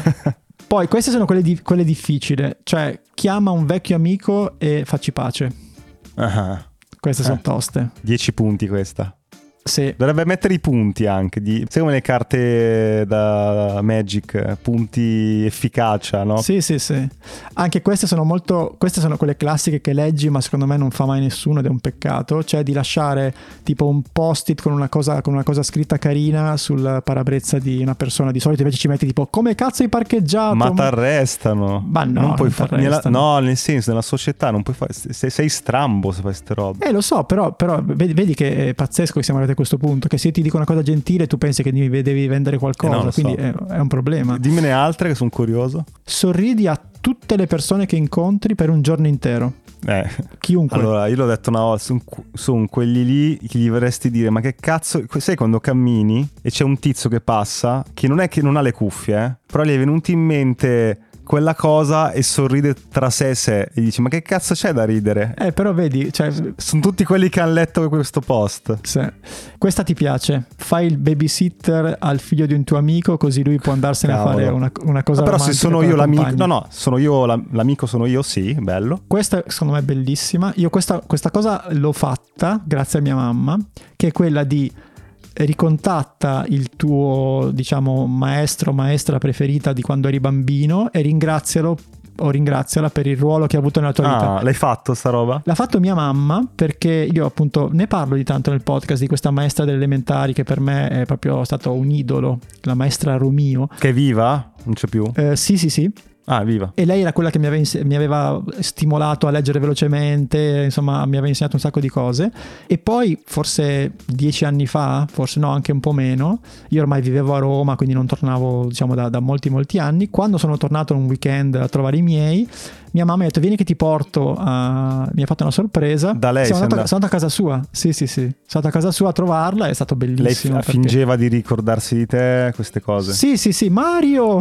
Speaker 2: Poi queste sono quelle, di, quelle difficili. Cioè, chiama un vecchio amico e facci pace.
Speaker 1: Uh-huh.
Speaker 2: Queste
Speaker 1: eh.
Speaker 2: sono toste.
Speaker 1: dieci punti questa.
Speaker 2: Sì.
Speaker 1: Dovrebbe mettere i punti anche di, sai come le carte da Magic, punti efficacia, no?
Speaker 2: Sì sì sì. Anche queste sono molto, queste sono quelle classiche che leggi ma secondo me non fa mai nessuno ed è un peccato, cioè di lasciare tipo un post-it con una cosa, con una cosa scritta carina sul parabrezza di una persona. Di solito invece ci metti tipo come cazzo hai parcheggiato,
Speaker 1: ma t'arrestano.
Speaker 2: Ma no,
Speaker 1: non puoi
Speaker 2: non
Speaker 1: fa- nella, no nel senso nella società non puoi fare, sei, sei strambo se fai ste robe.
Speaker 2: Eh lo so, però, però vedi, vedi che è pazzesco che siamo arrivati a questo punto, che se io ti dico una cosa gentile tu pensi che devi vendere qualcosa, eh no, quindi so. è, è un problema.
Speaker 1: Dimmene altre che sono curioso.
Speaker 2: Sorridi a tutte le persone che incontri per un giorno intero.
Speaker 1: Eh.
Speaker 2: Chiunque.
Speaker 1: Allora io l'ho detto una volta, sono, sono quelli lì che gli vorresti dire ma che cazzo, sai quando cammini e c'è un tizio che passa che non è che non ha le cuffie, eh, però gli è venuto in mente quella cosa e sorride tra sé e sé e dici ma che cazzo c'è da ridere?
Speaker 2: Eh però vedi, cioè,
Speaker 1: sono tutti quelli che hanno letto questo post.
Speaker 2: Sì. Questa ti piace? Fai il babysitter al figlio di un tuo amico così lui può andarsene
Speaker 1: Cavolo.
Speaker 2: a fare una, una cosa
Speaker 1: ma però se sono io l'amico
Speaker 2: compagni.
Speaker 1: no no sono io la, l'amico sono io sì bello.
Speaker 2: Questa secondo me è bellissima. Io questa, questa cosa l'ho fatta grazie a mia mamma, che è quella di ricontatta il tuo, diciamo, maestro o maestra preferita di quando eri bambino e ringrazialo o ringraziala per il ruolo che ha avuto nella tua
Speaker 1: ah,
Speaker 2: vita.
Speaker 1: L'hai fatto sta roba?
Speaker 2: L'ha fatto mia mamma, perché io appunto ne parlo di tanto nel podcast di questa maestra delle elementari che per me è proprio stato un idolo, la maestra Romio.
Speaker 1: Che è viva? Non c'è più?
Speaker 2: Eh, sì sì sì.
Speaker 1: Ah, viva.
Speaker 2: E lei era quella che mi aveva, ins- mi aveva stimolato a leggere velocemente, insomma mi aveva insegnato un sacco di cose. E poi forse dieci anni fa, forse no, anche un po' meno, io ormai vivevo a Roma, quindi non tornavo diciamo da, da molti molti anni. Quando sono tornato un weekend a trovare i miei, mia mamma mi ha detto vieni che ti porto a... mi ha fatto una sorpresa.
Speaker 1: Da lei
Speaker 2: sono andato,
Speaker 1: andato...
Speaker 2: sono andato a casa sua. Sì sì sì, sono andato a casa sua a trovarla, è stato bellissimo.
Speaker 1: Lei
Speaker 2: perché...
Speaker 1: fingeva di ricordarsi di te, queste cose.
Speaker 2: Sì sì sì, Mario.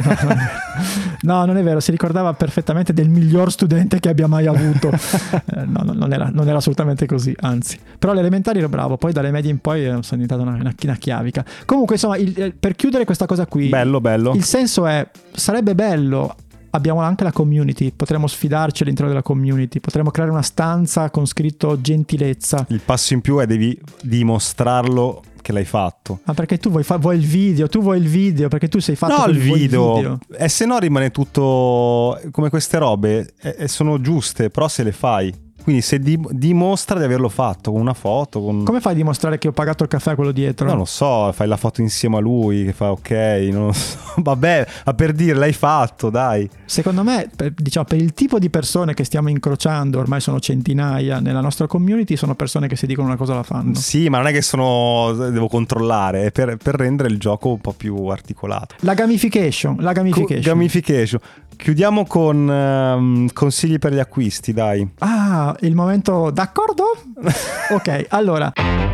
Speaker 2: No, non è vero, si ricordava perfettamente del miglior studente che abbia mai avuto. eh, no, no, non era, non era assolutamente così, anzi. Però alle elementari ero bravo, poi dalle medie in poi sono diventato una, una, una chiavica. Comunque, insomma, il, per chiudere questa cosa qui,
Speaker 1: bello, bello.
Speaker 2: Il senso è, sarebbe bello, abbiamo anche la community, potremmo sfidarci all'interno della community, potremmo creare una stanza con scritto gentilezza.
Speaker 1: Il passo in più è devi dimostrarlo che l'hai fatto.
Speaker 2: Ma perché tu vuoi, fa- vuoi il video, tu vuoi il video, perché tu sei fatto
Speaker 1: no,
Speaker 2: per
Speaker 1: il video.
Speaker 2: video.
Speaker 1: E se no rimane tutto come queste robe, e, e sono giuste, però se le fai. Quindi se di, dimostra di averlo fatto con una foto con...
Speaker 2: Come fai a dimostrare che ho pagato il caffè a quello dietro?
Speaker 1: Non lo so, fai la foto insieme a lui che fa ok, non lo so. Vabbè, ma per dire l'hai fatto, dai.
Speaker 2: Secondo me, per, diciamo, per il tipo di persone che stiamo incrociando, ormai sono centinaia nella nostra community, sono persone che se dicono una cosa la fanno.
Speaker 1: Sì, ma non è che sono devo controllare, è per, per rendere il gioco un po' più articolato.
Speaker 2: La gamification, la gamification.
Speaker 1: Co- gamification. Chiudiamo con um, consigli per gli acquisti, dai.
Speaker 2: Ah, il momento d'accordo? Ok, allora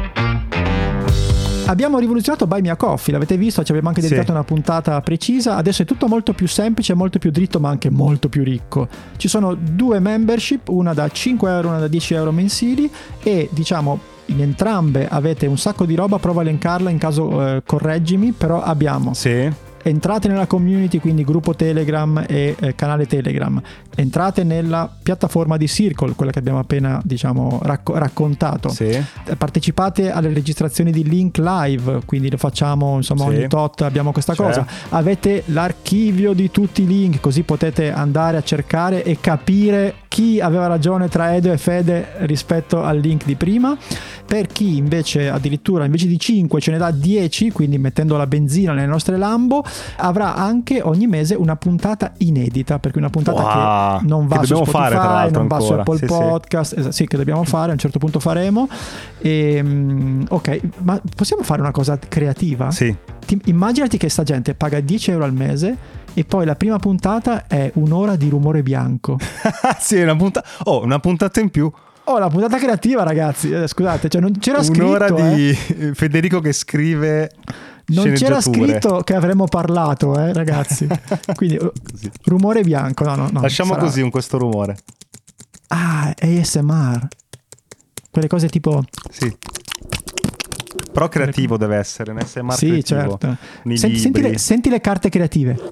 Speaker 2: abbiamo rivoluzionato Buy Me a Coffee, l'avete visto? Ci abbiamo anche dedicato sì. una puntata precisa. Adesso è tutto molto più semplice, molto più dritto, ma anche molto più ricco. Ci sono due membership, una da cinque euro, una da dieci euro mensili, e diciamo in entrambe avete un sacco di roba. Provo a elencarla in caso eh, correggimi, però abbiamo
Speaker 1: sì.
Speaker 2: entrate nella community, quindi gruppo Telegram e eh, canale Telegram, entrate nella piattaforma di Circle, quella che abbiamo appena diciamo racco- raccontato,
Speaker 1: Sì.
Speaker 2: partecipate alle registrazioni di Link Live, quindi lo facciamo insomma
Speaker 1: Sì.
Speaker 2: ogni tot abbiamo questa
Speaker 1: Cioè.
Speaker 2: cosa, avete l'archivio di tutti i link, così potete andare a cercare e capire chi aveva ragione tra Edo e Fede rispetto al link di prima. Per chi invece addirittura invece di cinque ce ne dà dieci, quindi mettendo la benzina nelle nostre Lambo, avrà anche ogni mese una puntata inedita, perché una puntata
Speaker 1: Wow,
Speaker 2: che non va
Speaker 1: che
Speaker 2: su
Speaker 1: dobbiamo
Speaker 2: Spotify,
Speaker 1: fare, tra l'altro,
Speaker 2: non va su
Speaker 1: ancora.
Speaker 2: Apple
Speaker 1: Sì, sì.
Speaker 2: Podcast, esatto, sì, che dobbiamo fare, a un certo punto faremo. E, mm, ok, ma possiamo fare una cosa creativa?
Speaker 1: Sì.
Speaker 2: Ti- immaginati che sta gente paga dieci euro al mese e poi la prima puntata è un'ora di rumore bianco.
Speaker 1: Sì, una puntata. Oh, una puntata in più.
Speaker 2: Oh, la puntata creativa, ragazzi. Eh, scusate, cioè non c'era
Speaker 1: Un'ora
Speaker 2: scritto,
Speaker 1: di
Speaker 2: eh.
Speaker 1: Federico che scrive
Speaker 2: Non c'era
Speaker 1: sceneggiature.
Speaker 2: scritto che avremmo parlato, eh, ragazzi. Quindi
Speaker 1: Così.
Speaker 2: rumore bianco, no, no, no.
Speaker 1: Lasciamo
Speaker 2: sarà-
Speaker 1: così con questo rumore.
Speaker 2: Ah, A S M R. Quelle cose tipo
Speaker 1: Sì. Però creativo deve essere, un S M R
Speaker 2: sì,
Speaker 1: creativo.
Speaker 2: certo.
Speaker 1: Nei
Speaker 2: Senti, senti,
Speaker 1: libri,
Speaker 2: le, senti le carte creative.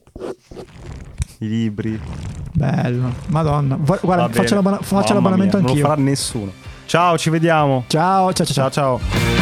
Speaker 1: i libri.
Speaker 2: Bello. Madonna. Va- Guarda,
Speaker 1: Va
Speaker 2: faccio,
Speaker 1: bene.
Speaker 2: l'abbona- faccio
Speaker 1: Mamma
Speaker 2: l'abbonamento
Speaker 1: mia,
Speaker 2: anch'io.
Speaker 1: Non lo farà nessuno. Ciao, ci vediamo.
Speaker 2: Ciao, ciao, ciao, ciao.
Speaker 1: Ciao, ciao.